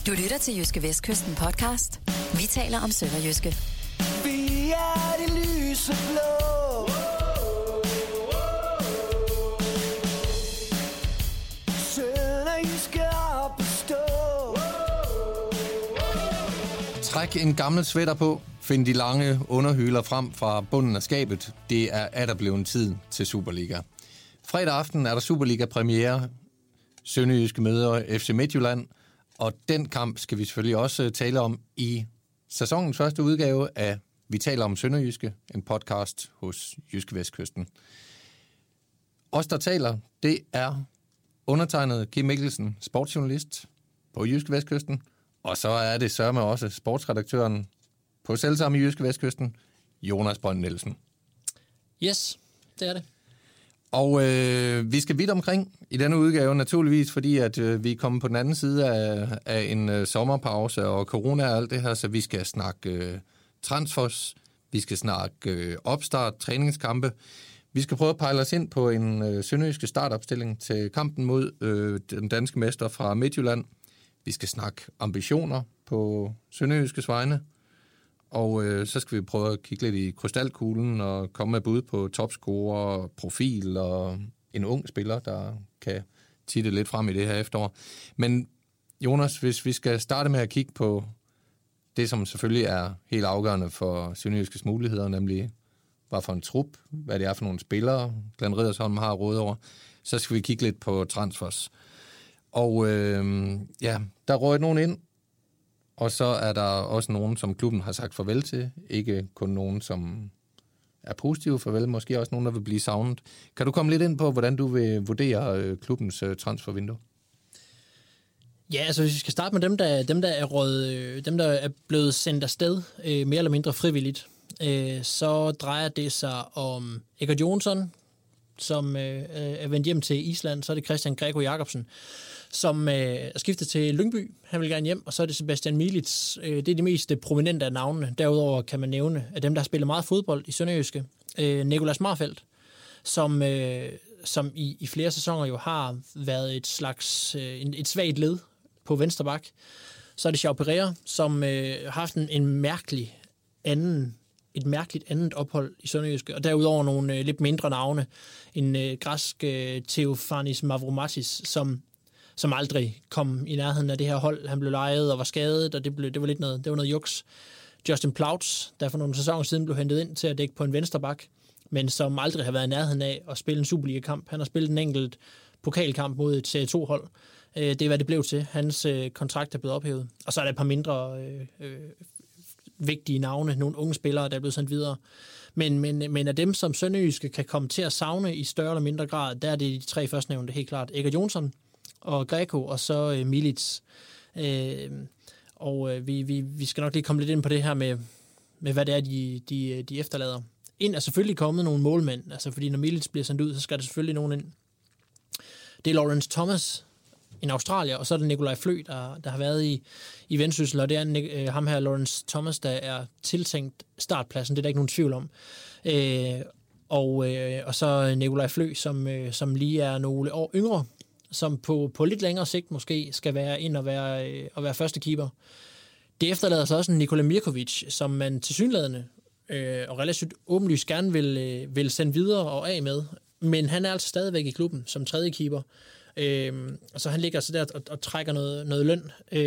Du lytter til Jyske Vestkysten podcast. Vi taler om sønderjyske. Vi er det lyseblå. Sønderjyske op at stå. Træk en gammel sweater på. Find de lange underhyler frem fra bunden af skabet. Det er atter blevet tid til Superliga. Fredag aften er der Superliga-premiere. Sønderjyske møder FC Midtjylland. Og den kamp skal vi selvfølgelig også tale om i sæsonens første udgave af Vi taler om Sønderjyske, en podcast hos Jyske Vestkysten. Os, der taler, det er undertegnet Kim Mikkelsen, sportsjournalist på Jyske Vestkysten. Og så er det sørme også sportsredaktøren på selvsamme Jyske Vestkysten, Jonas Brønd Nielsen. Yes, det er det. Og vi skal vidt omkring i denne udgave, naturligvis, fordi at vi er kommet på den anden side af en sommerpause og corona og alt det her, så vi skal snakke transfers, vi skal snakke opstart, træningskampe. Vi skal prøve at pejle os ind på en sønderjyske startopstilling til kampen mod den danske mester fra Midtjylland. Vi skal snakke ambitioner på sønderjyskes vegne. Og så skal vi prøve at kigge lidt i krystalkuglen og komme med bud på topscorer, profil og en ung spiller, der kan titte lidt frem i det her efterår. Men Jonas, hvis vi skal starte med at kigge på det, som selvfølgelig er helt afgørende for sønderjyskes muligheder, nemlig hvad for en trup, hvad det er for nogle spillere, Glenn Riddersholm har råd over, så skal vi kigge lidt på transfers. Og der røg nogen ind. Og så er der også nogen, som klubben har sagt farvel til. Ikke kun nogen, som er positive farvel. Måske også nogen, der vil blive savnet. Kan du komme lidt ind på, hvordan du vil vurdere klubbens transfervindue? Ja, altså hvis vi skal starte med dem, der er blevet sendt afsted mere eller mindre frivilligt, så drejer det sig om Egert Jonsson, som er vendt hjem til Island. Så er det Christian Grego Jacobsen, som er skiftet til Lyngby. Han vil gerne hjem, og så er det Sebastian Milic. Det er de mest prominente af navnene. Derudover kan man nævne, at dem, der har spillet meget fodbold i Sønderjyske, Nicolas Marfeldt, som i flere sæsoner jo har været et slags et svagt led på venstre bak. Så er det João Pereira, som har haft et mærkeligt andet ophold i Sønderjyske, og derudover nogle lidt mindre navne. En græsk Theofanis Mavromatis, som aldrig kom i nærheden af det her hold. Han blev lejet og var skadet, og det var noget juks. Justin Plautz, der for nogle sæsoner siden blev hentet ind til at dække på en vensterbak, men som aldrig har været i nærheden af at spille en Superliga-kamp. Han har spillet en enkelt pokalkamp mod et Serie 2-hold. Det er, hvad det blev til. Hans kontrakt er blevet ophævet. Og så er der et par mindre vigtige navne, nogle unge spillere, der er blevet sendt videre. Men af dem, som Sønderjyske kan komme til at savne i større eller mindre grad, der er det de tre førstnævnte helt klart. Egert Jonsson og Grego, og så Milic. Vi skal nok lige komme lidt ind på det her med hvad det er, de efterlader. Ind er selvfølgelig kommet nogle målmænd, altså fordi når Milic bliver sendt ud, så skal der selvfølgelig nogen ind. Det er Lawrence Thomas, en australier, og så er det Nikolaj Flø, der har været i Vendsyssel, og det er ham her, Lawrence Thomas, der er tiltænkt startpladsen, det er der ikke nogen tvivl om. Og så Nikolaj Flø, som lige er nogle år yngre, som på lidt længere sigt måske skal være ind og være første keeper. Det efterlader sig også en Nikola Mirkovic, som man tilsyneladende og relativt åbenlyst gerne vil sende videre og af med, men han er altså stadigvæk i klubben som tredje keeper. Og så han ligger så der og trækker noget løn.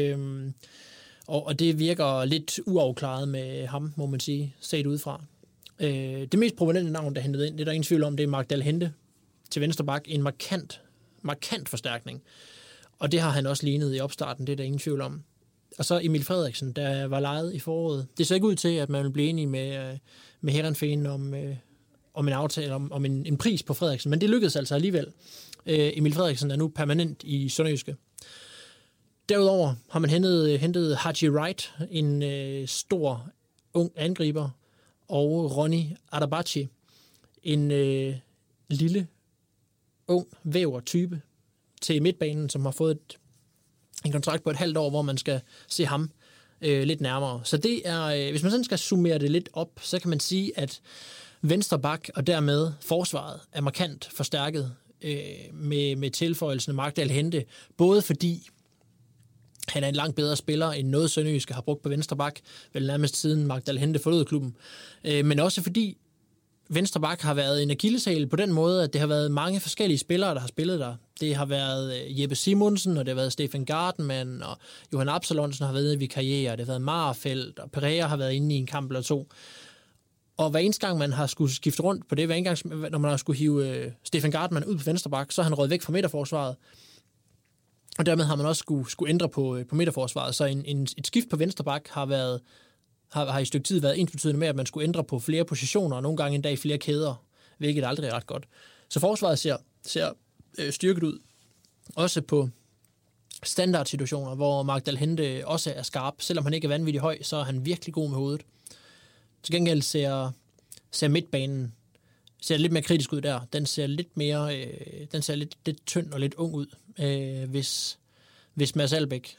Og det virker lidt uafklaret med ham, må man sige, set udefra. Det mest prominente navn, der er hentet ind, det er der ingen tvivl om, det er Mark Dalhente til venstre bak. En markant forstærkning. Og det har han også lignet i opstarten, det er der ingen tvivl om. Og så Emil Frederiksen, der var lejet i foråret. Det ser ikke ud til, at man vil blive enig med Heerenveen om en aftale, om en pris på Frederiksen, men det lykkedes altså alligevel. Emil Frederiksen er nu permanent i Sønderjyske. Derudover har man hentet Haji Wright, en stor ung angriber, og Ronny Adabachi, en lille ung væver-type til midtbanen, som har fået en kontrakt på et halvt år, hvor man skal se ham lidt nærmere. Så det er, hvis man sådan skal summere det lidt op, så kan man sige, at venstre bak og dermed forsvaret er markant forstærket med tilføjelsen af Mark Dalhente, både fordi Han er en langt bedre spiller, end noget Sønderjyske har brugt på venstre bak, vel nærmest siden Magdal Hente forlod klubben. Men også fordi venstre bak har været en akilleshæl på den måde, at det har været mange forskellige spillere, der har spillet der. Det har været Jeppe Simonsen, og det har været Stefan Gardenman, og Johan Absalonsen har været i vikariere, det har været Marfeldt, og Pereira har været inde i en kamp eller to. Og hver eneste gang, man har skulle skifte rundt på det, hver eneste gang, når man har skulle hive Stefan Gardenman ud på venstre bak, så har han røget væk fra midterforsvaret. Og dermed har man også skulle ændre på midterforsvaret. Så et skift på venstre bak har i et stykke tid været ensbetydende med, at man skulle ændre på flere positioner, og nogle gange endda i flere kæder, hvilket aldrig er ret godt. Så forsvaret ser styrket ud. Også på standardsituationer, hvor Magdal Hente også er skarp. Selvom han ikke er vanvittigt høj, så er han virkelig god med hovedet. Til gengæld ser midtbanen lidt mere kritisk ud der. Den ser lidt mere, lidt tynd og lidt ung ud. Hvis Mads Albeck,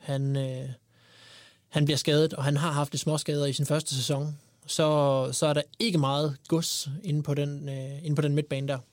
han bliver skadet, og han har haft et småskader i sin første sæson, så er der ikke meget gods inde på den midtbane der.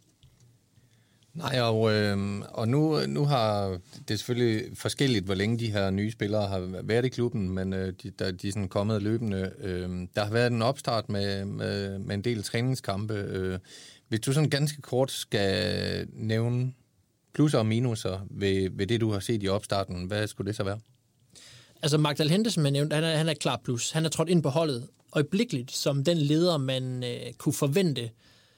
Nej, og nu har det selvfølgelig forskelligt, hvor længe de her nye spillere har været i klubben, men de er sådan kommet løbende. Der har været en opstart med en del træningskampe. Hvis du sådan ganske kort skal nævne plusser og minuser ved det, du har set i opstarten, hvad skulle det så være? Altså Magdal Hente, som jeg nævnte, han er klar plus. Han er trådt ind på holdet øjeblikkeligt som den leder, man kunne forvente,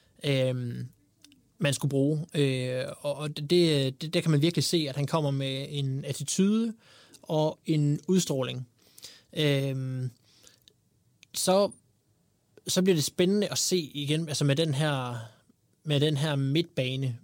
man skulle bruge. Og det kan man virkelig se, at han kommer med en attitude og en udstråling. Så bliver det spændende at se igen, altså med den her midtbane,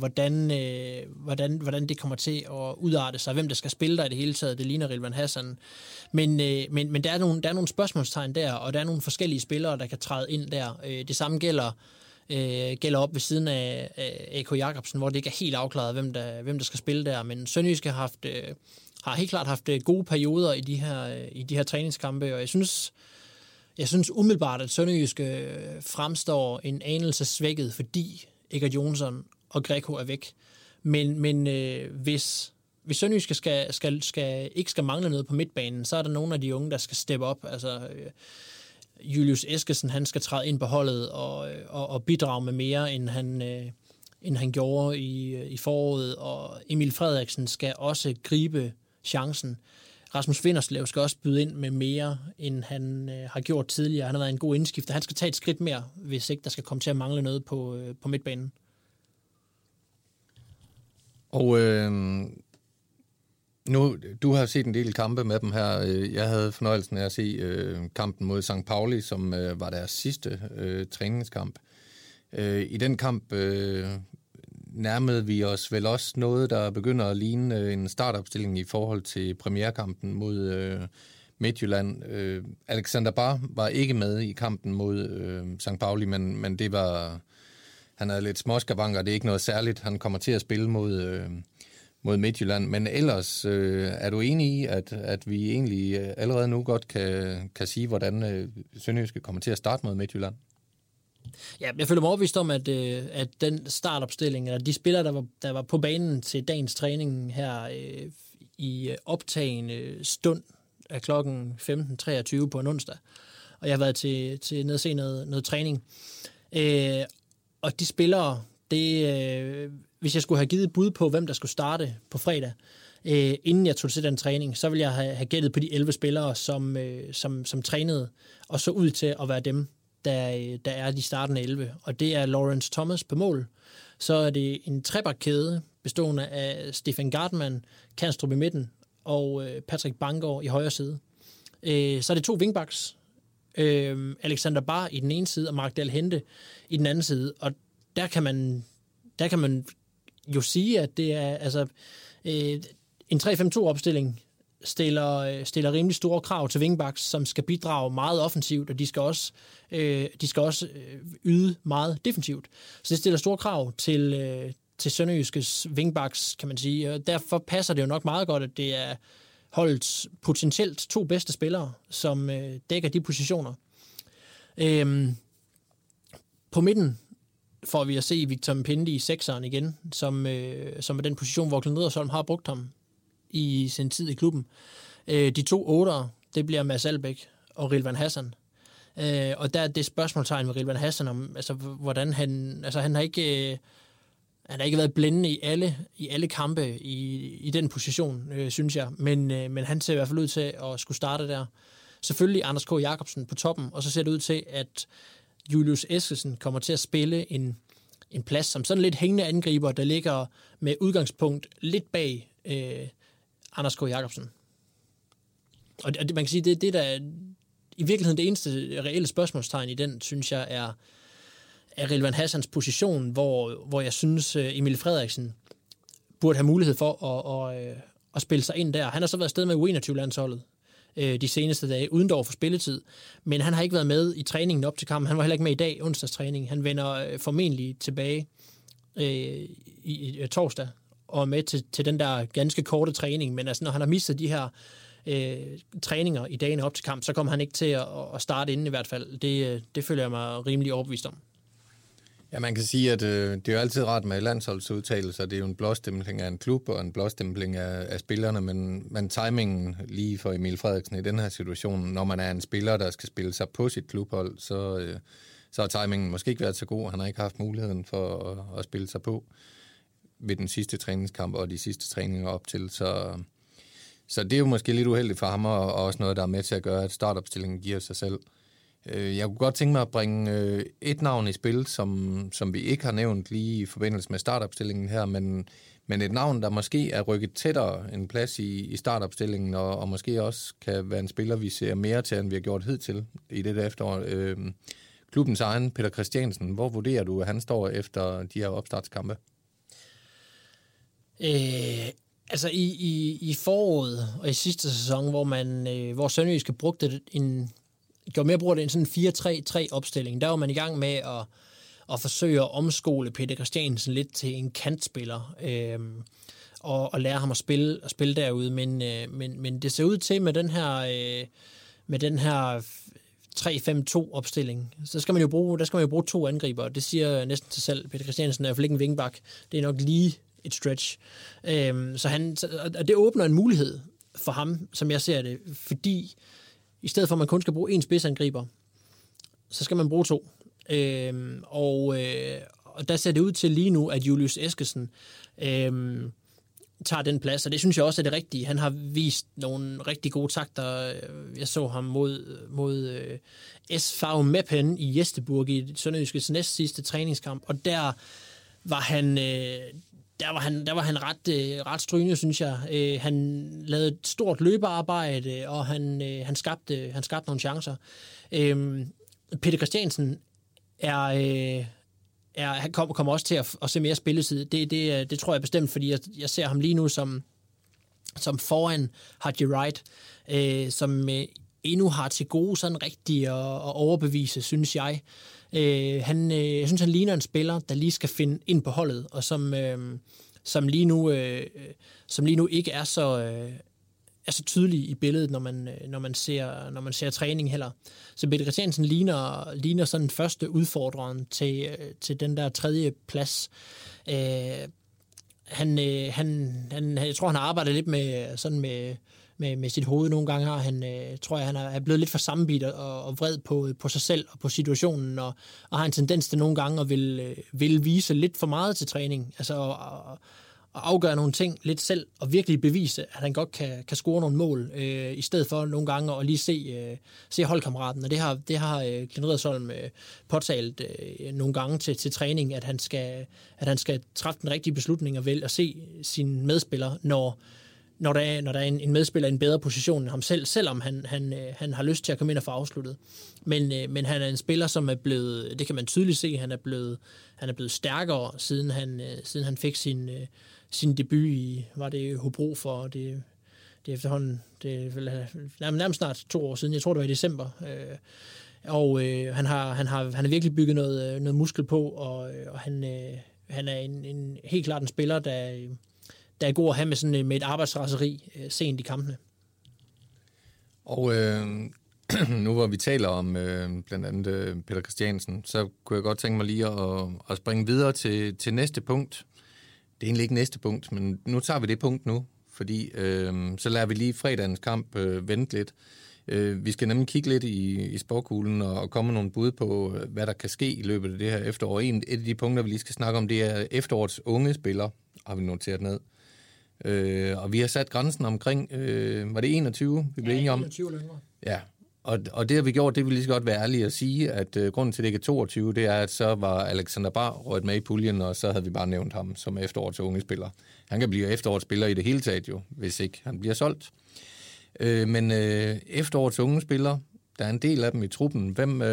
hvordan det kommer til at udarte sig, hvem der skal spille der i det hele taget. Det ligner Rilvan Hassan. Men der er nogle spørgsmålstegn der, og der er nogle forskellige spillere, der kan træde ind der. Det samme gælder op ved siden af A.K. Jacobsen, hvor det ikke er helt afklaret, hvem der skal spille der. Men Sønderjyske har helt klart haft gode perioder i de her træningskampe, og jeg synes umiddelbart, at Sønderjyske fremstår en anelse svækket, fordi Egert Jonsson og Greco er væk. Men hvis Sønderjyske ikke skal mangle noget på midtbanen, så er der nogle af de unge, der skal steppe op. Altså Julius Eskesen, han skal træde ind på holdet og bidrage med mere, end han gjorde i foråret. Og Emil Frederiksen skal også gribe chancen. Rasmus Vinderslev skal også byde ind med mere, end han har gjort tidligere. Han har været en god indskifter. Han skal tage et skridt mere, hvis ikke der skal komme til at mangle noget på midtbanen. Og nu, du har set en del kampe med dem her. Jeg havde fornøjelsen af at se kampen mod St. Pauli, som var deres sidste træningskamp. I den kamp nærmede vi os vel også noget, der begynder at ligne en startopstilling i forhold til premierkampen mod Midtjylland. Alexander Bar var ikke med i kampen mod St. Pauli, men det var... Han er lidt småskavanker, det er ikke noget særligt. Han kommer til at spille mod Midtjylland. Men ellers er du enig i, at vi egentlig allerede nu godt kan sige, hvordan Sønderjyske kommer til at starte mod Midtjylland? Ja, jeg føler mig overbevist om, at den startopstilling, eller de spillere, der var på banen til dagens træning her i optagende stund af klokken 15.23 på en onsdag, og jeg har været til ned at se noget træning. Og de spillere, hvis jeg skulle have givet bud på, hvem der skulle starte på fredag, inden jeg tog til den træning, så ville jeg have gættet på de 11 spillere, som trænede, og så ud til at være dem, der er de startende 11. Og det er Lawrence Thomas på mål. Så er det en trebakkæde bestående af Stefan Gardenman, Kanstrup i midten og Patrick Bangor i højre side. Så er det 2 wingbacks. Alexander Bar i den ene side og Magdal Hente i den anden side. Og der kan man jo sige, at det er altså en 3-5-2-opstilling stiller rimelig store krav til wingbacks, som skal bidrage meget offensivt, og de skal også yde meget defensivt. Så det stiller store krav til Sønderjyskes wingbacks, kan man sige. Og derfor passer det jo nok meget godt, at det er holdets potentielt 2 bedste spillere, som dækker de positioner. På midten får vi at se Victor Mpindi i 6'eren igen, som er den position, hvor Glenn Riddersholm har brugt ham i sin tid i klubben. De 2 8'ere, det bliver Mads Albeck og Rilvan Hassan. Og der er det spørgsmålstegn med Rilvan Hassan om, altså, hvordan han har ikke været blændende i alle kampe i den position, synes jeg. Men han ser i hvert fald ud til at skulle starte der. Selvfølgelig Anders K. Jacobsen på toppen, og så ser det ud til, at Julius Eskesen kommer til at spille en plads som sådan lidt hængende angriber, der ligger med udgangspunkt lidt bag Anders K. Jacobsen. Og man kan sige, det der i virkeligheden det eneste reelle spørgsmålstegn i den, synes jeg, er Rilvan Hassans position, hvor jeg synes, Emil Frederiksen burde have mulighed for at spille sig ind der. Han har så været afsted med U21-landsholdet de seneste dage, uden dog for spilletid, men han har ikke været med i træningen op til kampen. Han var heller ikke med i dag, onsdagstræning. Han vender formentlig tilbage i torsdag og er med til den der ganske korte træning, men altså, når han har mistet de her træninger i dagene op til kamp, så kommer han ikke til at starte inden i hvert fald. Det føler jeg mig rimelig overbevist om. Ja, man kan sige, at det er jo altid rart med landsholdsudtalelser. Det er jo en blåstempling af en klub og en blåstempling af spillerne, men timingen lige for Emil Frederiksen i den her situation, når man er en spiller, der skal spille sig på sit klubhold, så har timingen måske ikke været så god. Han har ikke haft muligheden for at spille sig på ved den sidste træningskamp og de sidste træninger op til. Så det er jo måske lidt uheldigt for ham, og også noget, der er med til at gøre, at startopstillingen giver sig selv. Jeg kunne godt tænke mig at bringe et navn i spil, som vi ikke har nævnt lige i forbindelse med startopstillingen her, men et navn, der måske er rykket tættere en plads i startopstillingen, og måske også kan være en spiller, vi ser mere til, end vi har gjort hidtil i dette efterår. Klubbens egen Peter Christiansen, hvor vurderer du, at han står efter de her opstartskampe? Altså i foråret og i sidste sæson, hvor Sønderjyske brugte gjorde mere brug af det en sådan 4-3-3 opstilling, der var man i gang med at forsøge at omskole Peter Christiansen lidt til en kantspiller, og lære ham at spille derude, men det ser ud til med den her 3-5-2 opstilling, så skal man jo bruge 2 angriber. Det siger næsten sig selv. Peter Christiansen er i hvert fald ikke en vingbak. Det er nok lige et stretch. Og det åbner en mulighed for ham, som jeg ser det, fordi i stedet for, at man kun skal bruge 1 spidsangriber, så skal man bruge 2. Og der ser det ud til lige nu, at Julius Eskesen tager den plads, og det synes jeg også er det rigtige. Han har vist nogle rigtig gode takter. Jeg så ham mod SV Meppen i Gästeburg i Sønderjyskes næst sidste træningskamp, og der var han ret strygende, synes jeg. Han lavede et stort løbearbejde, og han skabte nogle chancer. Peter Christiansen han kommer også til at se mere spilletid. Det tror jeg bestemt, fordi jeg ser ham lige nu som foran Haji Wright, som endnu har til gode sådan rigtigt at overbevise, synes jeg. Jeg synes, han ligner en spiller, der lige skal finde ind på holdet, og som lige nu ikke er så tydelig i billedet, når man ser træning heller. Så Peter Christiansen ligner sådan første udfordreren til den der 3. plads. Jeg tror, han har arbejdet lidt med sit hoved nogle gange. Han er blevet lidt for sammenbidt og vred på sig selv og på situationen, og har en tendens til nogle gange at vil vise lidt for meget til træning. Altså at afgøre nogle ting lidt selv, og virkelig bevise, at han godt kan score nogle mål, i stedet for nogle gange at lige se holdkammeraten. Og det har Clint Riddersholm påtalt nogle gange til træning, at han skal træffe den rigtige beslutning og se sine medspillere, når der er en medspiller i en bedre position end ham selv, selvom han har lyst til at komme ind og få afsluttet. Men han er en spiller, som er blevet, det kan man tydeligt se, han er blevet stærkere, siden han fik sin debut i, var det Hobro for, det efterhånden, det er nærmest snart 2 år siden, jeg tror det var i december, og han har virkelig bygget noget muskel på, og han er en helt klart en spiller, der er god at have med et arbejdsraseri sent i kampene. Og nu hvor vi taler om blandt andet Peter Christiansen, så kunne jeg godt tænke mig lige at springe videre til næste punkt. Det er egentlig ikke næste punkt, men nu tager vi det punkt nu, fordi så lader vi lige fredagens kamp vente lidt. Vi skal nemlig kigge lidt i sporkuglen og komme med nogle bud på, hvad der kan ske i løbet af det her efterår. Et af de punkter, vi lige skal snakke om, det er efterårets unge spillere, har vi noteret ned. Og vi har sat grænsen omkring, var det 21, vi blev enige om? 21 længere. Ja, og det har vi gjort, det vil lige så godt være ærlige at sige, at grunden til, det ikke er 22, det er, at så var Alexander Bar røget med i puljen, og så havde vi bare nævnt ham som efterårets unge spiller. Han kan blive efterårets spiller i det hele taget jo, hvis ikke han bliver solgt. Men efterårets unge spillere, der er en del af dem i truppen.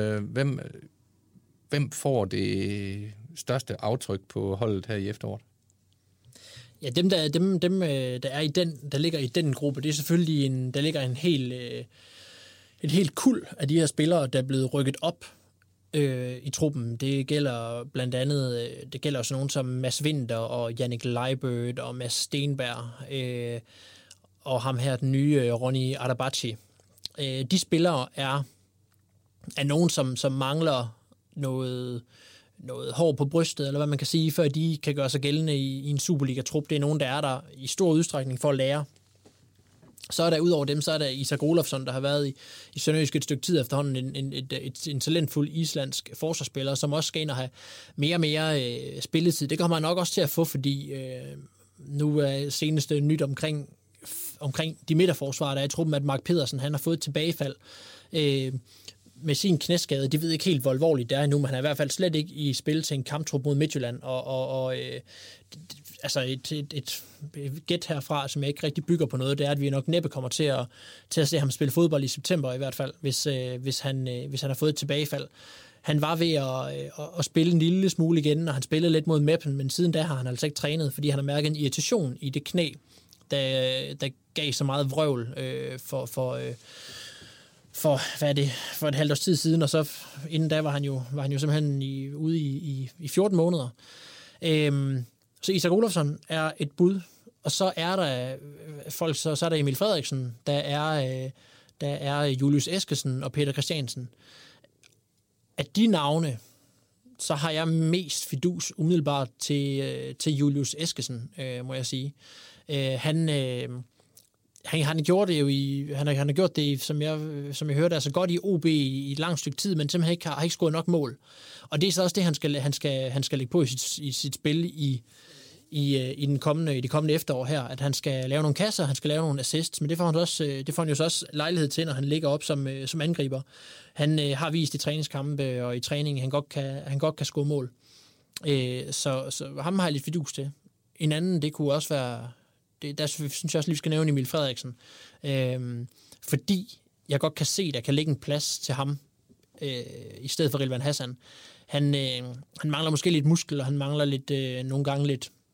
Hvem får det største aftryk på holdet her i efteråret? Ja, dem der er i den, der ligger i den gruppe, det er selvfølgelig der ligger en helt kuld af de her spillere, der er blevet rykket op i truppen. Det gælder blandt andet, det gælder også nogen som Mads Winter og Jannik Leibødt og Mads Stenberg og ham her, den nye Ronny Adabachi. De spillere er nogen, som mangler noget hår på brystet, eller hvad man kan sige, før de kan gøre sig gældende i en Superliga-trup. Det er nogen, der er der i stor udstrækning for at lære. Så er der udover dem, så er der Isak Olofsson, der har været i Sønderjysk et stykke tid efterhånden, en talentfuld islandsk forsvarsspiller, som også skal ind og have mere og mere spilletid. Det kommer man nok også til at få, fordi nu er seneste nyt omkring de midterforsvarer, der er i truppen, at Mark Pedersen, han har fået et tilbagefald med sin knæskade. De ved ikke helt, hvor alvorligt det er endnu, men han er i hvert fald slet ikke i spil til en kamptrup mod Midtjylland. Altså et gæt herfra, som jeg ikke rigtig bygger på noget, det er, at vi nok næppe kommer til at se ham spille fodbold i september i hvert fald, hvis han har fået et tilbagefald. Han var ved at spille en lille smule igen, og han spillede lidt mod Meppen, men siden da har han altså ikke trænet, fordi han har mærket en irritation i det knæ, der gav så meget vrøvl for et halvt års tid siden, og så inden da var han jo simpelthen ude i 14 måneder. Så Isak Olofsson er et bud, og så er der folk, så er der Emil Frederiksen, der er Julius Eskesen og Peter Christiansen. Af de navne, så har jeg mest fidus umiddelbart til Julius Eskesen, må jeg sige. Han har gjort det jo han har gjort det, som jeg hørte, altså godt i OB i et langt stykke tid, men simpelthen har ikke scoret nok mål. Og det er så også det, han skal lægge på i sit spil i det kommende efterår her, at han skal lave nogle kasser, han skal lave nogle assists, men det får han jo så også lejlighed til, når han ligger op som angriber. Han har vist i træningskampe og i træning, han godt kan score mål. Så ham har jeg lidt fidus til. En anden, det kunne også være, der synes jeg også lige, vi skal nævne Emil Frederiksen. Fordi jeg godt kan se, der kan ligge en plads til ham i stedet for Rilvan Hassan. Han mangler måske lidt muskel, og han mangler nogle gange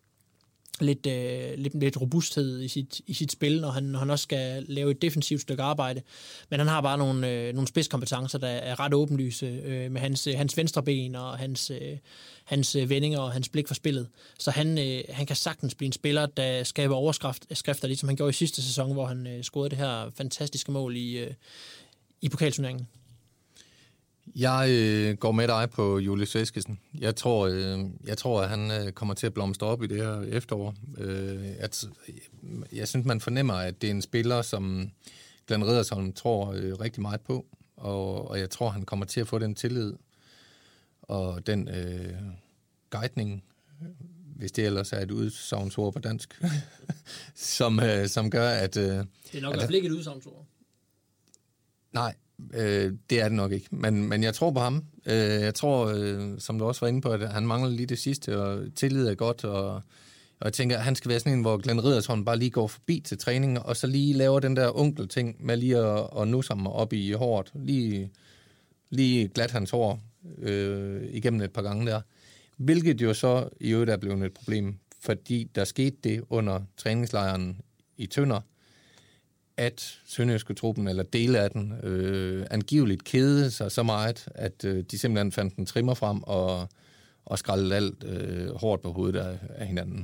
lidt robusthed i sit spil, når han også skal lave et defensivt stykke arbejde. Men han har bare nogle spidskompetencer, der er ret åbenlyse med hans venstre ben og hans vendinger og hans blik for spillet. Så han kan sagtens blive en spiller, der skaber overskrifter, ligesom han gjorde i sidste sæson, hvor han scorede det her fantastiske mål i pokalturneringen. Jeg går med dig på Julius Eskesen. Jeg tror, at han kommer til at blomstre op i det her efterår. Jeg synes, man fornemmer, at det er en spiller, som Glenn Riddersholm tror rigtig meget på, og jeg tror, han kommer til at få den tillid og den guidning, hvis det ellers er et udsagnsord på dansk, som gør, at... det er nok i hvert fald ikke et udsagnsord. Nej, det er det nok ikke, men jeg tror på ham. Jeg tror, som du også var inde på, at han mangler lige det sidste, og tillid er godt, og jeg tænker, at han skal være sådan en, hvor Glenn Riddersholm bare lige går forbi til træningen, og så lige laver den der onkel-ting med lige at nusse ham op i håret, lige glat hans hår igennem et par gange der. Hvilket jo så i øvrigt er blevet et problem, fordi der skete det under træningslejren i Tønder, at Sønderjyske truppen, eller dele af den, angiveligt kedede sig så meget, at de simpelthen fandt en trimmer frem og skrællede alt hårdt på hovedet af hinanden.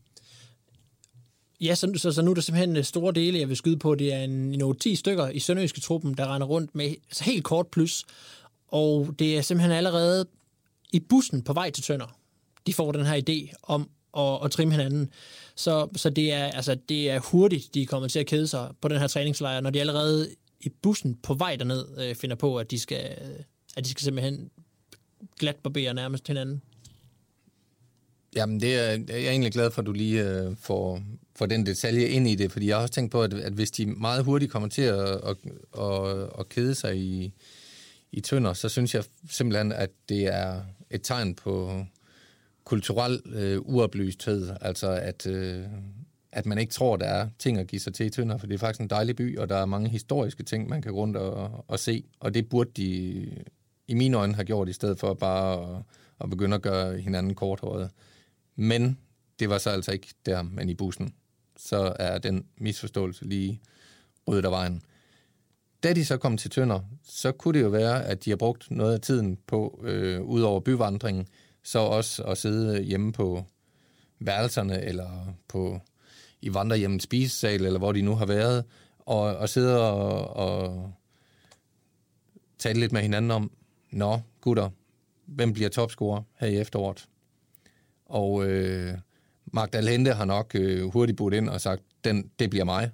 Ja, så nu er der simpelthen store dele, jeg vil skyde på. Det er en 10 stykker i Sønderjyske truppen, der render rundt med altså helt kort plus. Og det er simpelthen allerede i bussen på vej til Tønder. De får den her idé om og trimme hinanden. Så det er hurtigt, de kommer til at kede sig på den her træningslejr, når de allerede i bussen på vej derned finder på, at de skal simpelthen glat barbere nærmest hinanden. Jamen, jeg er egentlig glad for, at du lige får den detalje ind i det, fordi jeg har også tænkt på, at hvis de meget hurtigt kommer til at kede sig i Tønder, så synes jeg simpelthen, at det er et tegn på kulturel uoplysthed, altså at man ikke tror, der er ting at give sig til i Tønder, for det er faktisk en dejlig by, og der er mange historiske ting, man kan gå rundt og se, og det burde de i mine øjne have gjort, i stedet for bare at begynde at gøre hinanden korthåret. Men det var så altså ikke der, men i bussen. Så er den misforståelse lige ryddet af vejen. Da de så kom til Tønder, så kunne det jo være, at de har brugt noget af tiden på, ud over byvandringen, så også at sidde hjemme på værelserne, eller i vandrehjemmets spisesal, eller hvor de nu har været, og sidde og tale lidt med hinanden om, nå, gutter, hvem bliver topscorer her i efteråret? Og Magdal Hente har nok hurtigt budt ind og sagt, det bliver mig.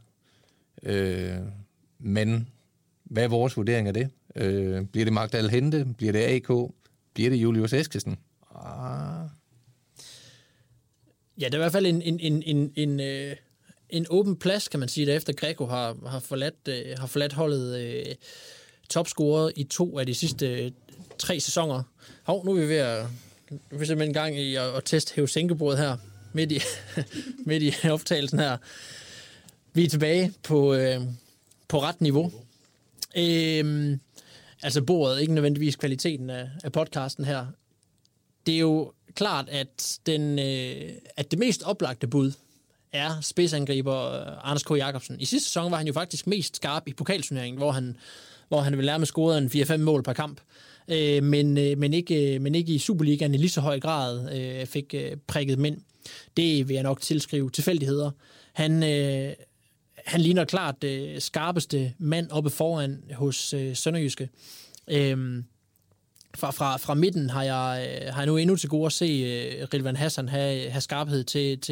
Men hvad er vores vurdering af det? Bliver det Magdal Hente? Bliver det AK? Bliver det Julius Eskesen? Ja, det er i hvert fald en åben plads, kan man sige, der efter Greco har forladt holdet topscorer i 2 af de sidste 3 sæsoner. Nu er vi simpelthen en gang i at teste hæve-sænkebordet her, midt i optagelsen her. Vi er tilbage på ret niveau. Altså bordet, ikke nødvendigvis kvaliteten af podcasten her. Det er jo klart, at det mest oplagte bud er spidsangriber Anders K. Jacobsen. I sidste sæson var han jo faktisk mest skarp i pokalturneringen, hvor han vel nærmest scorede en 4-5 mål per kamp. Men ikke i Superligaen i lige så høj grad fik prikket dem ind. Det vil jeg nok tilskrive tilfældigheder. Han ligner klart skarpeste mand oppe foran hos Sønderjyske. Fra midten har jeg nu endnu til gode at se Rilvan Hassan have skarphed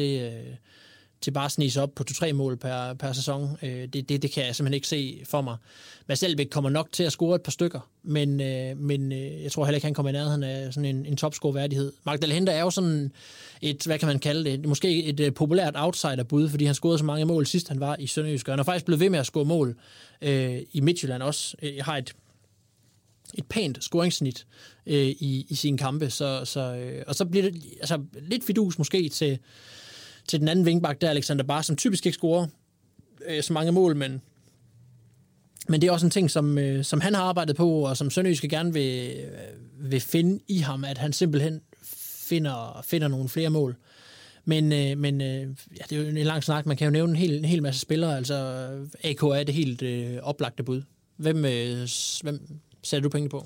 til bare at snige sig op på 2-3 mål per sæson. Det kan jeg simpelthen ikke se for mig. Marcelbæk kommer nok til at score et par stykker, men jeg tror heller ikke, han kommer i nærheden af sådan en topscore-værdighed. Magdal Hente er jo sådan et, hvad kan man kalde det, måske et populært outsider-bud, fordi han scorede så mange mål sidst, han var i Sønderjysk. Han har faktisk blevet ved med at score mål i Midtjylland også. Jeg har et pænt scoringssnit i sine kampe, og så bliver det altså lidt fidus måske til den anden vingbak, der Alexander Barr, som typisk ikke scorer så mange mål, men det er også en ting, som han har arbejdet på, og som Sønderjyske gerne vil finde i ham, at han simpelthen finder nogle flere mål. Men det er jo en lang snak. Man kan jo nævne en hel masse spillere. Altså AK er det helt oplagte bud. Hvem sætter du penge på?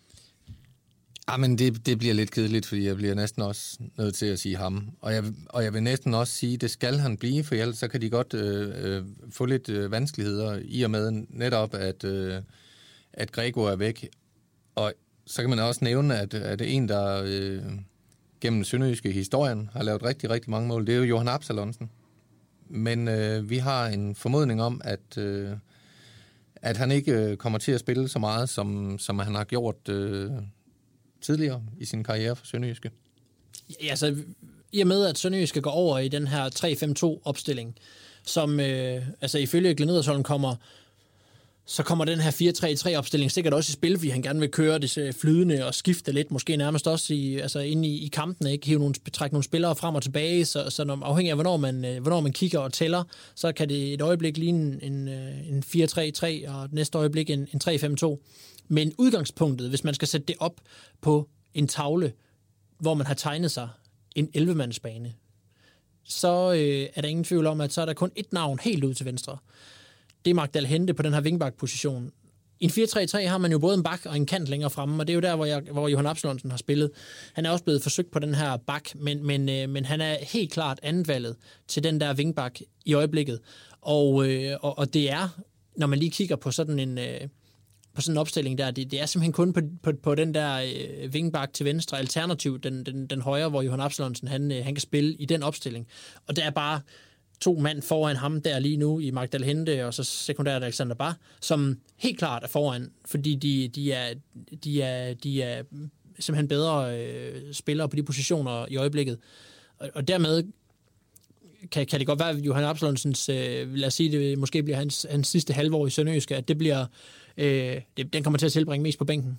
Men det bliver lidt kedeligt, fordi jeg bliver næsten også nødt til at sige ham. Og jeg vil næsten også sige, det skal han blive, for ellers så kan de godt få lidt vanskeligheder i og med netop, at Greco er væk. Og så kan man også nævne, at en, der gennem sønderjyske historien har lavet rigtig, rigtig mange mål, det er jo Johan Absalonsen. Men vi har en formodning om, at han ikke kommer til at spille så meget, som han har gjort tidligere i sin karriere for Sønderjyske. Ja, altså i og med, at Sønderjyske går over i den her 3-5-2-opstilling, som ifølge Glenn Edersholm kommer den her 4-3-3-opstilling sikkert også i spil, fordi han gerne vil køre det flydende og skifte lidt, måske nærmest også inde i kampene, ikke trække nogle spillere frem og tilbage, så når, afhængig af, hvornår man kigger og tæller, så kan det et øjeblik ligne en 4-3-3, og næste øjeblik en 3-5-2. Men udgangspunktet, hvis man skal sætte det op på en tavle, hvor man har tegnet sig en 11-mandsbane, så er der ingen tvivl om, at så er der kun et navn helt ud til venstre. Det er Magdal Hente på den her vingbak-position. I en 4-3-3 har man jo både en bak og en kant længere fremme, og det er jo der, hvor Johan Absalonsen har spillet. Han er også blevet forsøgt på den her bak, men han er helt klart andenvalget til den der vingbak i øjeblikket. Og det er, når man lige kigger på sådan på sådan en opstilling der. Det er simpelthen kun på den der vingbak til venstre, alternativ, den højre, hvor Johan Absalonsen, han kan spille i den opstilling. Og der er bare 2 mand foran ham der lige nu i Mark Dalhente, og så sekundært Alexander Bach, som helt klart er foran, fordi de er simpelthen bedre spillere på de positioner i øjeblikket. Og dermed kan det godt være, at Johan Absalonsens, lad os sige, det måske bliver hans sidste halvår i Sønderjyske, at det bliver, den kommer til at tilbringe mest på bænken.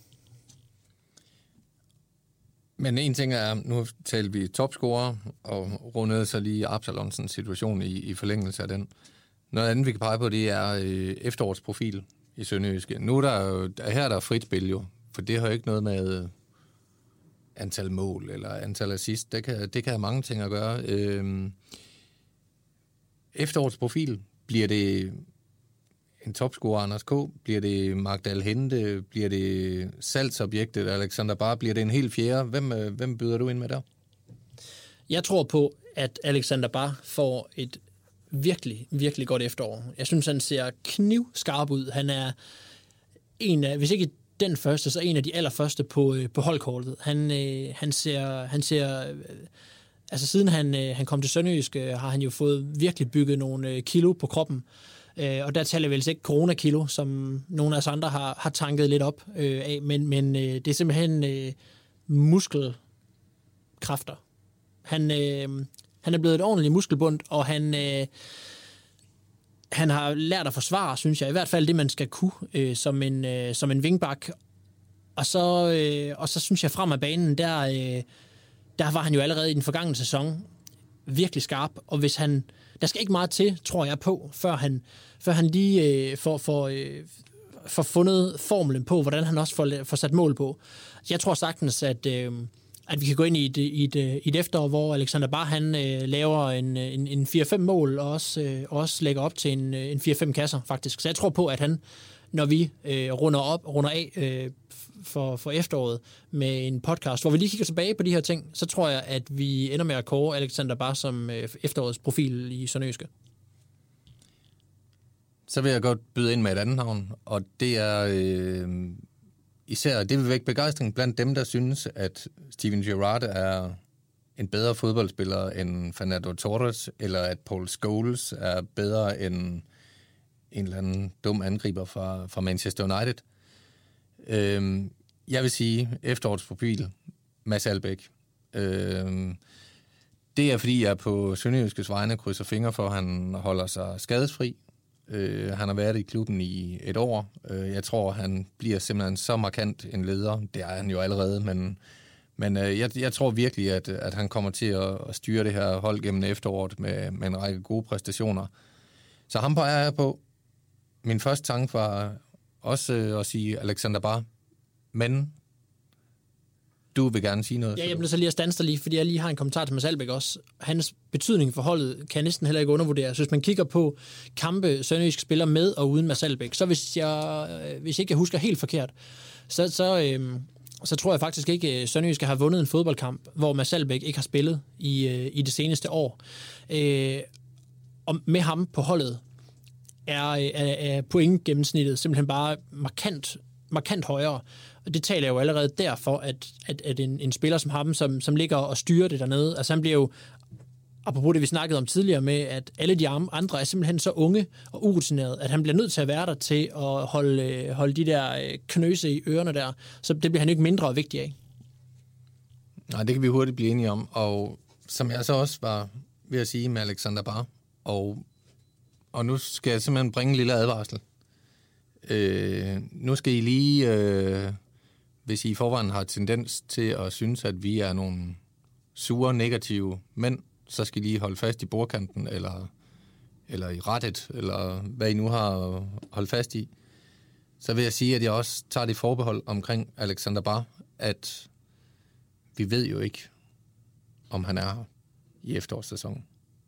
Men en ting er, nu taler vi topscorer, og rundede så lige Absalonsens situation i forlængelse af den. Noget andet, vi kan pege på, det er efterårets profil i Sønderjyske. Nu er der jo, her er der frit spil jo, for det har jo ikke noget med antal mål eller antal assist. Det kan have mange ting at gøre. Efterårets profil, bliver det en topscorer Anders K? Bliver det Mark Dalhente? Bliver det salgsobjektet Alexander Bach? Bliver det en helt fjerde? Hvem byder du ind med der? Jeg tror på, at Alexander Bach får et virkelig, virkelig godt efterår. Jeg synes, han ser knivskarp ud. Han er en af, hvis ikke den første, så en af de allerførste på holdkortet. Han ser altså siden han kom til Sønderjysk, har han jo fået virkelig bygget nogle kilo på kroppen. Og der taler vi vel ikke coronakilo, som nogle af os andre har tanket lidt op af, men det er simpelthen muskelkræfter. Han er blevet et ordentligt muskelbund, og han har lært at forsvare, synes jeg, i hvert fald det, man skal kunne som en vingbak. Og så synes jeg, frem af banen, der var han jo allerede i den forgangne sæson virkelig skarp, og der skal ikke meget til, tror jeg på, før han lige får fundet formlen på, hvordan han også får sat mål på. Jeg tror sagtens, at vi kan gå ind i et efterår, hvor Alexander Bach han laver en 4-5 mål, og også lægger op til en 4-5 kasser, faktisk. Så jeg tror på, at han, når vi runder af for efteråret med en podcast, hvor vi lige kigger tilbage på de her ting, så tror jeg, at vi ender med at kåre Alexander Bach som efterårets profil i Sønderjyske. Så vil jeg godt byde ind med et andet navn, og det er især, det vil vække begejstring blandt dem, der synes, at Steven Gerrard er en bedre fodboldspiller end Fernando Torres, eller at Paul Scholes er bedre end en eller anden dum angriber fra Manchester United. Jeg vil sige, efterårets profil, Mads Albeck. Det er, fordi jeg på Sønderjyskes vegne krydser fingre for, at han holder sig skadesfri. Han har været i klubben i et år. Jeg tror, han bliver simpelthen så markant en leder. Det er han jo allerede, men jeg tror virkelig, at han kommer til at styre det her hold gennem efteråret med en række gode præstationer. Så ham peger jeg på. Min første tanke var også at sige Alexander Bach, men du vil gerne sige noget. Ja, jeg bliver så lige at stands dig lige, fordi jeg lige har en kommentar til Mads Albeck også. Hans betydning for holdet kan næsten heller ikke undervurderes. Hvis man kigger på kampe, Sønderjysk spiller med og uden Mads Albeck, så hvis ikke jeg husker helt forkert, så tror jeg faktisk ikke, at Sønderjysk har vundet en fodboldkamp, hvor Mads Albeck ikke har spillet i det seneste år. Og med ham på holdet er pointgennemsnittet simpelthen bare markant højere. Og det taler jo allerede derfor, at en spiller som ham, som ligger og styrer det dernede, altså han bliver jo, apropos det vi snakkede om tidligere med, at alle de andre er simpelthen så unge og urutinerede, at han bliver nødt til at være der til at holde de der knøse i ørerne der, så det bliver han ikke mindre vigtig af. Nej, det kan vi hurtigt blive enige om, og som jeg så også var ved at sige med Alexander Bach, og nu skal jeg simpelthen bringe en lille advarsel. Nu skal I lige, hvis I i forvejen har tendens til at synes, at vi er nogle sure, negative mænd, så skal I lige holde fast i bordkanten, eller i rettet, eller hvad I nu har holdt fast i. Så vil jeg sige, at jeg også tager det forbehold omkring Alexander Bach, at vi ved jo ikke, om han er her i efterårssæsonen.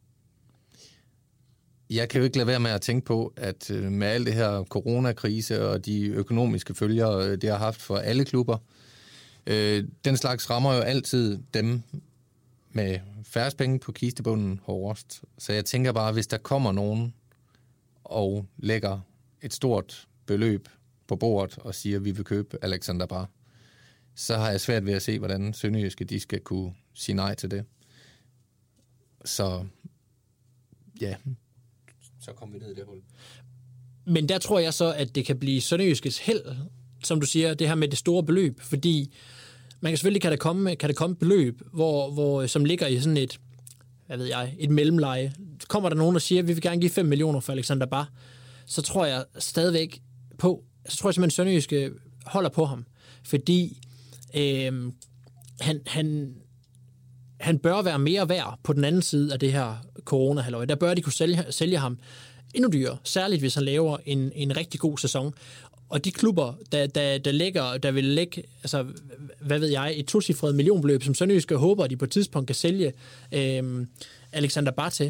Jeg kan jo ikke lade være med at tænke på, at med al det her coronakrise og de økonomiske følger, det har haft for alle klubber, den slags rammer jo altid dem med færrest penge på kistebunden hårdest. Så jeg tænker bare, hvis der kommer nogen og lægger et stort beløb på bordet og siger, at vi vil købe Alexander Bard, så har jeg svært ved at se, hvordan Sønderjyske de skal kunne sige nej til det. Så ja, så kommer vi ned i det hul. Men der tror jeg så, at det kan blive Sønderjyskes held, som du siger, det her med det store beløb, fordi man kan selvfølgelig, kan det komme beløb, hvor som ligger i sådan et, hvad ved jeg, et mellemleje. Kommer der nogen, der siger, at vi vil gerne give 5 millioner for Alexander Bard, så tror jeg stadigvæk så tror jeg simpelthen, Sønderjyske holder på ham, fordi han bør være mere værd på den anden side af det her corona-halløj. Der bør de kunne sælge ham endnu dyrere, særligt hvis han laver en rigtig god sæson. Og de klubber, der vil lægge, altså, hvad ved jeg, et tocifret millionbeløb, som Sønderjyske håber, at de på et tidspunkt kan sælge Alexander Bard til,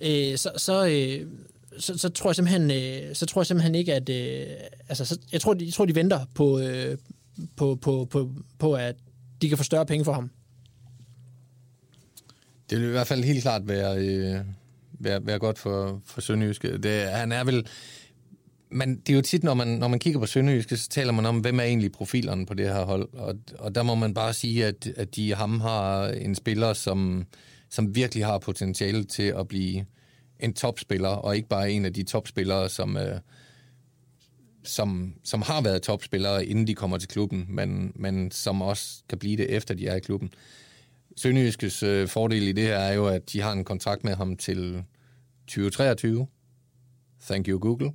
så tror jeg simpelthen ikke, at jeg tror, de venter på, at de kan få større penge for ham. Det vil i hvert fald helt klart være godt for Sønderjyske. Han er vel... Men det er jo tit, når man kigger på Sønderjyske, så taler man om, hvem er egentlig profilerne på det her hold. Og der må man bare sige, at de ham har en spiller, som virkelig har potentiale til at blive en topspiller, og ikke bare en af de topspillere, som har været topspillere, inden de kommer til klubben, men som også kan blive det, efter de er i klubben. Sønderjyskes fordel i det her er jo, at de har en kontrakt med ham til 2023. Thank you, Google.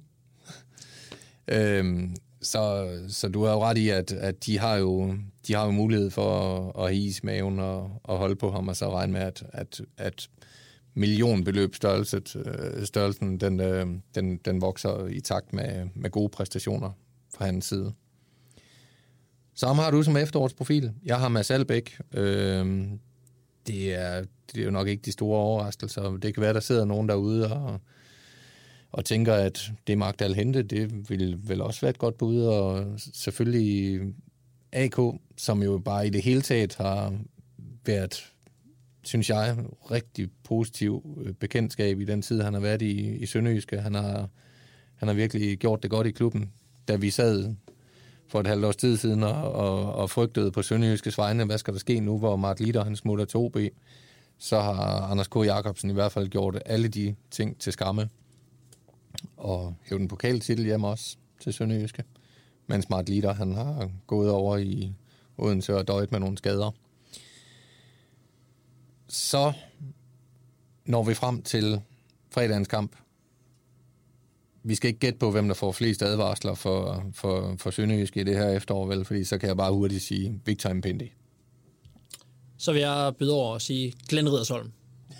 Så du har jo ret i, at de har jo mulighed for at hise maven og holde på ham, og så regne med, at millionbeløb størrelsen den vokser i takt med gode præstationer fra hans side. Så ham har du som efterårsprofil. Jeg har Mads Albeck. Det er jo nok ikke de store overraskelser. Det kan være, der sidder nogen derude og tænker, at det Magdal Hente, det vil vel også være et godt bud, og selvfølgelig AK, som jo bare i det hele taget har været, synes jeg, rigtig positiv bekendtskab i den tid, han har været i Sønderjyske. Han har virkelig gjort det godt i klubben. Da vi sad for et halvt års tid siden og frygtede på Sønderjyskes vegne, hvad skal der ske nu, hvor Mark Lider, han smutter til OB, så har Anders K. Jacobsen i hvert fald gjort alle de ting til skamme, og hævet en pokaltitel hjem også til Sønderjyske, mens Mark Lider, han har gået over i Odense og døjet med nogle skader. Så når vi frem til fredagens kamp. Vi skal ikke gætte på, hvem der får flest advarsler for Sønderjyske i det her efterår, vel? Fordi så kan jeg bare hurtigt sige Victor Mpendi. Så vil jeg byde over at sige Glenn Riddersholm.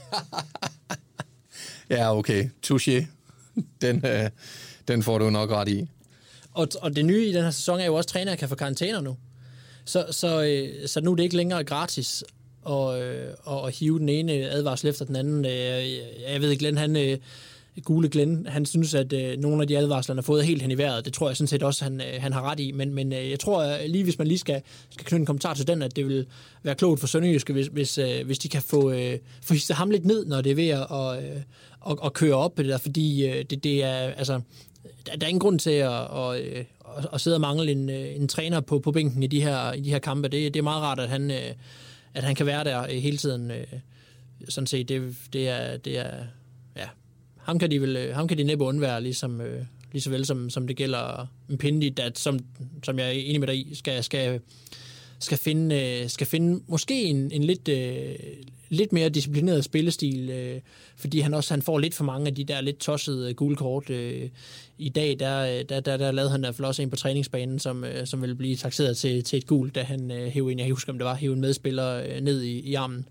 Ja, okay. Touché. Den får du nok ret i. Og det nye i den her sæson er jo også, at trænere kan få karantæner nu. Så nu er det ikke længere gratis at hive den ene advarsel efter den anden. Jeg ved, Glenn, Gule Glenn, han synes, at nogle af de advarsler, han har fået helt hen i vejret. Det tror jeg sådan set også, han har ret i. Men jeg tror lige, hvis man lige skal knytte en kommentar til den, at det vil være klogt for Sønderjyske, hvis de kan få hisset ham lidt ned, når det er ved at køre op på det der, fordi det er, altså, der er ingen grund til at sidde og mangle en træner på bænken i de her kampe. Det er meget rart, at han kan være der hele tiden. Sådan set, det er ja. Ham kan de næppe undvære, lige så vel som det gælder Mpendi, som jeg er enig med dig i, skal finde måske en lidt mere disciplineret spillestil, fordi han får lidt for mange af de der lidt tossede gule kort. I dag, der lavede han i hvert fald også en på træningsbanen, som ville blive takseret til et gult, da han hævde en medspiller ned i armen.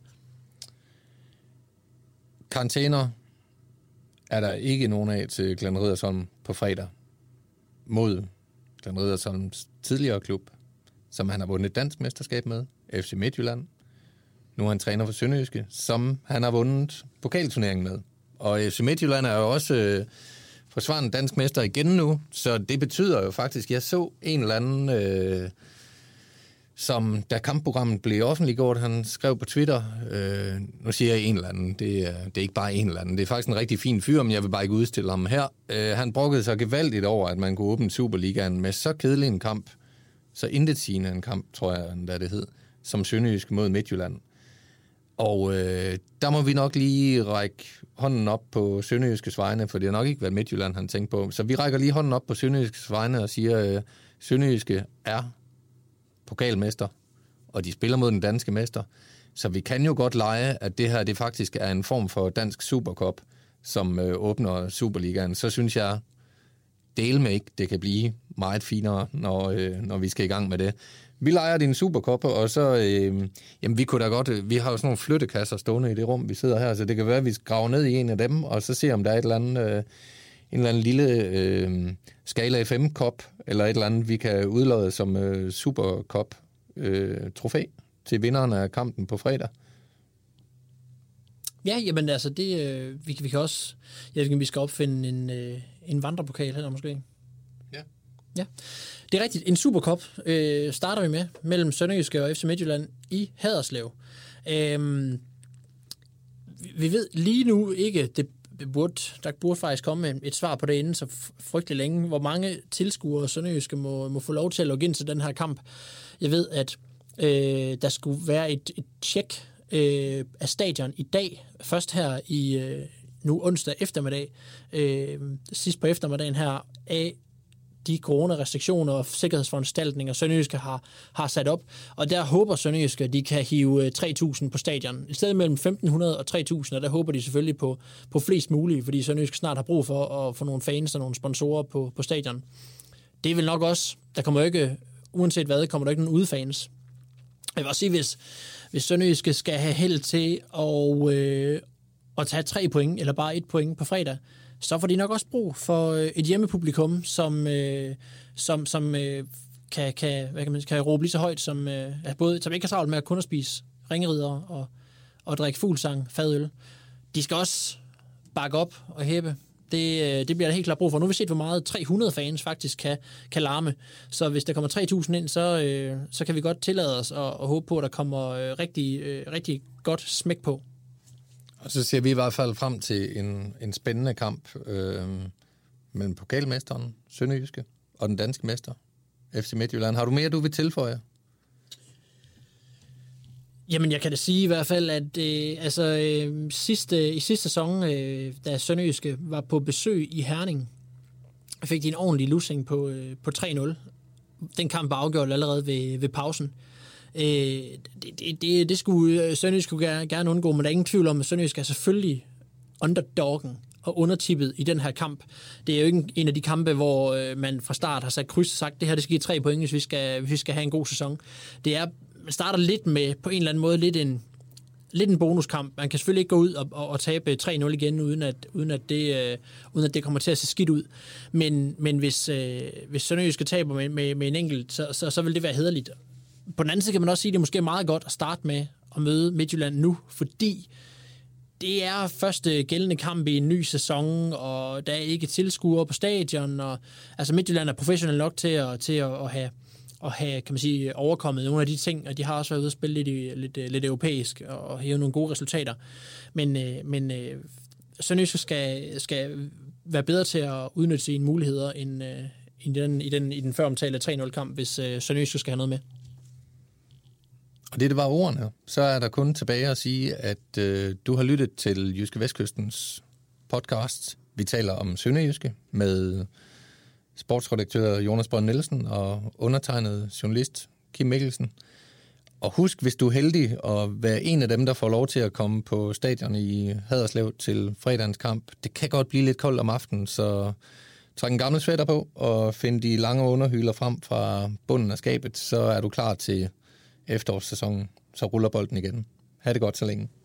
Karantæner er der ikke nogen af til Glenn Riddersholm på fredag mod Glenn Riddersholms tidligere klub, som han har vundet et dansk mesterskab med, FC Midtjylland. Nu er han træner for Sønderjyske, som han har vundet pokalturneringen med. Og FC Midtjylland er jo også forsvarende dansk mester igen nu, så det betyder jo faktisk, jeg så en eller anden som da kampprogrammet blev offentliggjort, han skrev på Twitter, nu siger jeg en eller anden, det er ikke bare en eller anden, det er faktisk en rigtig fin fyr, men jeg vil bare ikke udstille ham her. Han brokkede sig gevaldigt over, at man kunne åbne Superligaen med så kedelig en kamp, så intetsigende en kamp, tror jeg, hvad det hed, som Sønderjyske mod Midtjylland. Og der må vi nok lige række hånden op på Sønderjyskes vegne, for det har nok ikke været Midtjylland, han tænkte på. Så vi rækker lige hånden op på Sønderjyskes vegne og siger, Sønderjyske er pokalmester, og de spiller mod den danske mester. Så vi kan jo godt lege, at det her det faktisk er en form for dansk Supercup, som åbner Superligaen. Så synes jeg, del med ikke, det kan blive meget finere, når vi skal i gang med det. Vi leger din Supercup, og så, jamen vi kunne da godt, vi har jo sådan nogle flyttekasser stående i det rum, vi sidder her, så det kan være, at vi graver ned i en af dem, og så ser om der er et eller andet, en eller anden lille Skala FM-kop, eller et eller andet, vi kan udlade som Supercup-trofæ til vinderen af kampen på fredag. Ja, jamen altså, vi kan også, jeg ved ikke, vi skal opfinde en vandrepokal her måske. Ja. Det er rigtigt. En Supercup starter vi med mellem Sønderjyske og FC Midtjylland i Haderslev. Vi ved lige nu ikke, der burde faktisk komme et svar på det inden så frygtelig længe, hvor mange tilskuere Sønderjyske må få lov til at logge ind til den her kamp. Jeg ved, at der skulle være et tjek af stadion i dag, først her i nu onsdag eftermiddag, sidst på eftermiddagen her, af de coronarestriktioner og sikkerhedsforanstaltninger, Sønderjyske har sat op. Og der håber Sønderjyske, at de kan hive 3.000 på stadion. I stedet mellem 1.500 og 3.000, og der håber de selvfølgelig på flest mulige, fordi Sønderjyske snart har brug for at få nogle fans og nogle sponsorer på stadion. Det vil nok også, der kommer ikke, uanset hvad, kommer der ikke nogen udefans. Jeg vil også sige, hvis Sønderjyske skal have held til at tage 3 point, eller bare 1 point på fredag, så får de nok også brug for et hjemmepublikum, som kan råbe lige så højt, som ikke har travlt med at kun at spise ringerider og drikke fuglsang, fadøl. De skal også bakke op og hæppe. Det bliver der helt klart brug for. Nu har vi set, hvor meget 300 fans faktisk kan larme. Så hvis der kommer 3.000 ind, så kan vi godt tillade os og håbe på, at der kommer rigtig godt smæk på. Og så ser vi i hvert fald frem til en spændende kamp mellem pokalmesteren, Sønderjyske, og den danske mester, FC Midtjylland. Har du mere, du vil tilføje? Jamen, jeg kan da sige i hvert fald, at i sidste sæson, da Sønderjyske var på besøg i Herning, fik de en ordentlig lussing på 3-0. Den kamp var afgjort allerede ved pausen. Det skulle Sønderjyske gerne undgå, men der er ingen tvivl om, at Sønderjyske er selvfølgelig underdoggen og undertippet i den her kamp. Det er jo ikke en af de kampe, hvor man fra start har sat kryds og sagt, det her det skal give 3 point, hvis vi skal have en god sæson. Man starter lidt med, på en eller anden måde, lidt en bonuskamp. Man kan selvfølgelig ikke gå ud og tabe 3-0 igen, uden at det kommer til at se skidt ud. Men hvis Sønderjyske taber med en enkelt, så vil det være hæderligt. På den anden side kan man også sige, at det er måske meget godt at starte med at møde Midtjylland nu, fordi det er første gældende kamp i en ny sæson, og der er ikke tilskuere på stadion, og altså Midtjylland er professionel nok til at have, kan man sige, overkommet nogle af de ting, og de har også været ude at spille lidt europæisk og hæve nogle gode resultater. Men Sønderjyske skal være bedre til at udnytte sine muligheder end i den før omtalte 3-0-kamp, hvis Sønderjyske skal have noget med. Og det var ordene. Så er der kun tilbage at sige, at du har lyttet til Jyske Vestkystens podcast. Vi taler om Sønderjyske med sportsredaktør Jonas Brønd Nielsen og undertegnet journalist Kim Mikkelsen. Og husk, hvis du er heldig at være en af dem, der får lov til at komme på stadion i Haderslev til fredagens kamp. Det kan godt blive lidt koldt om aftenen, så træk en gammel sweater på og find de lange underhyler frem fra bunden af skabet, så er du klar til efterårssæsonen. Så ruller bolden igen. Ha' det godt så længe.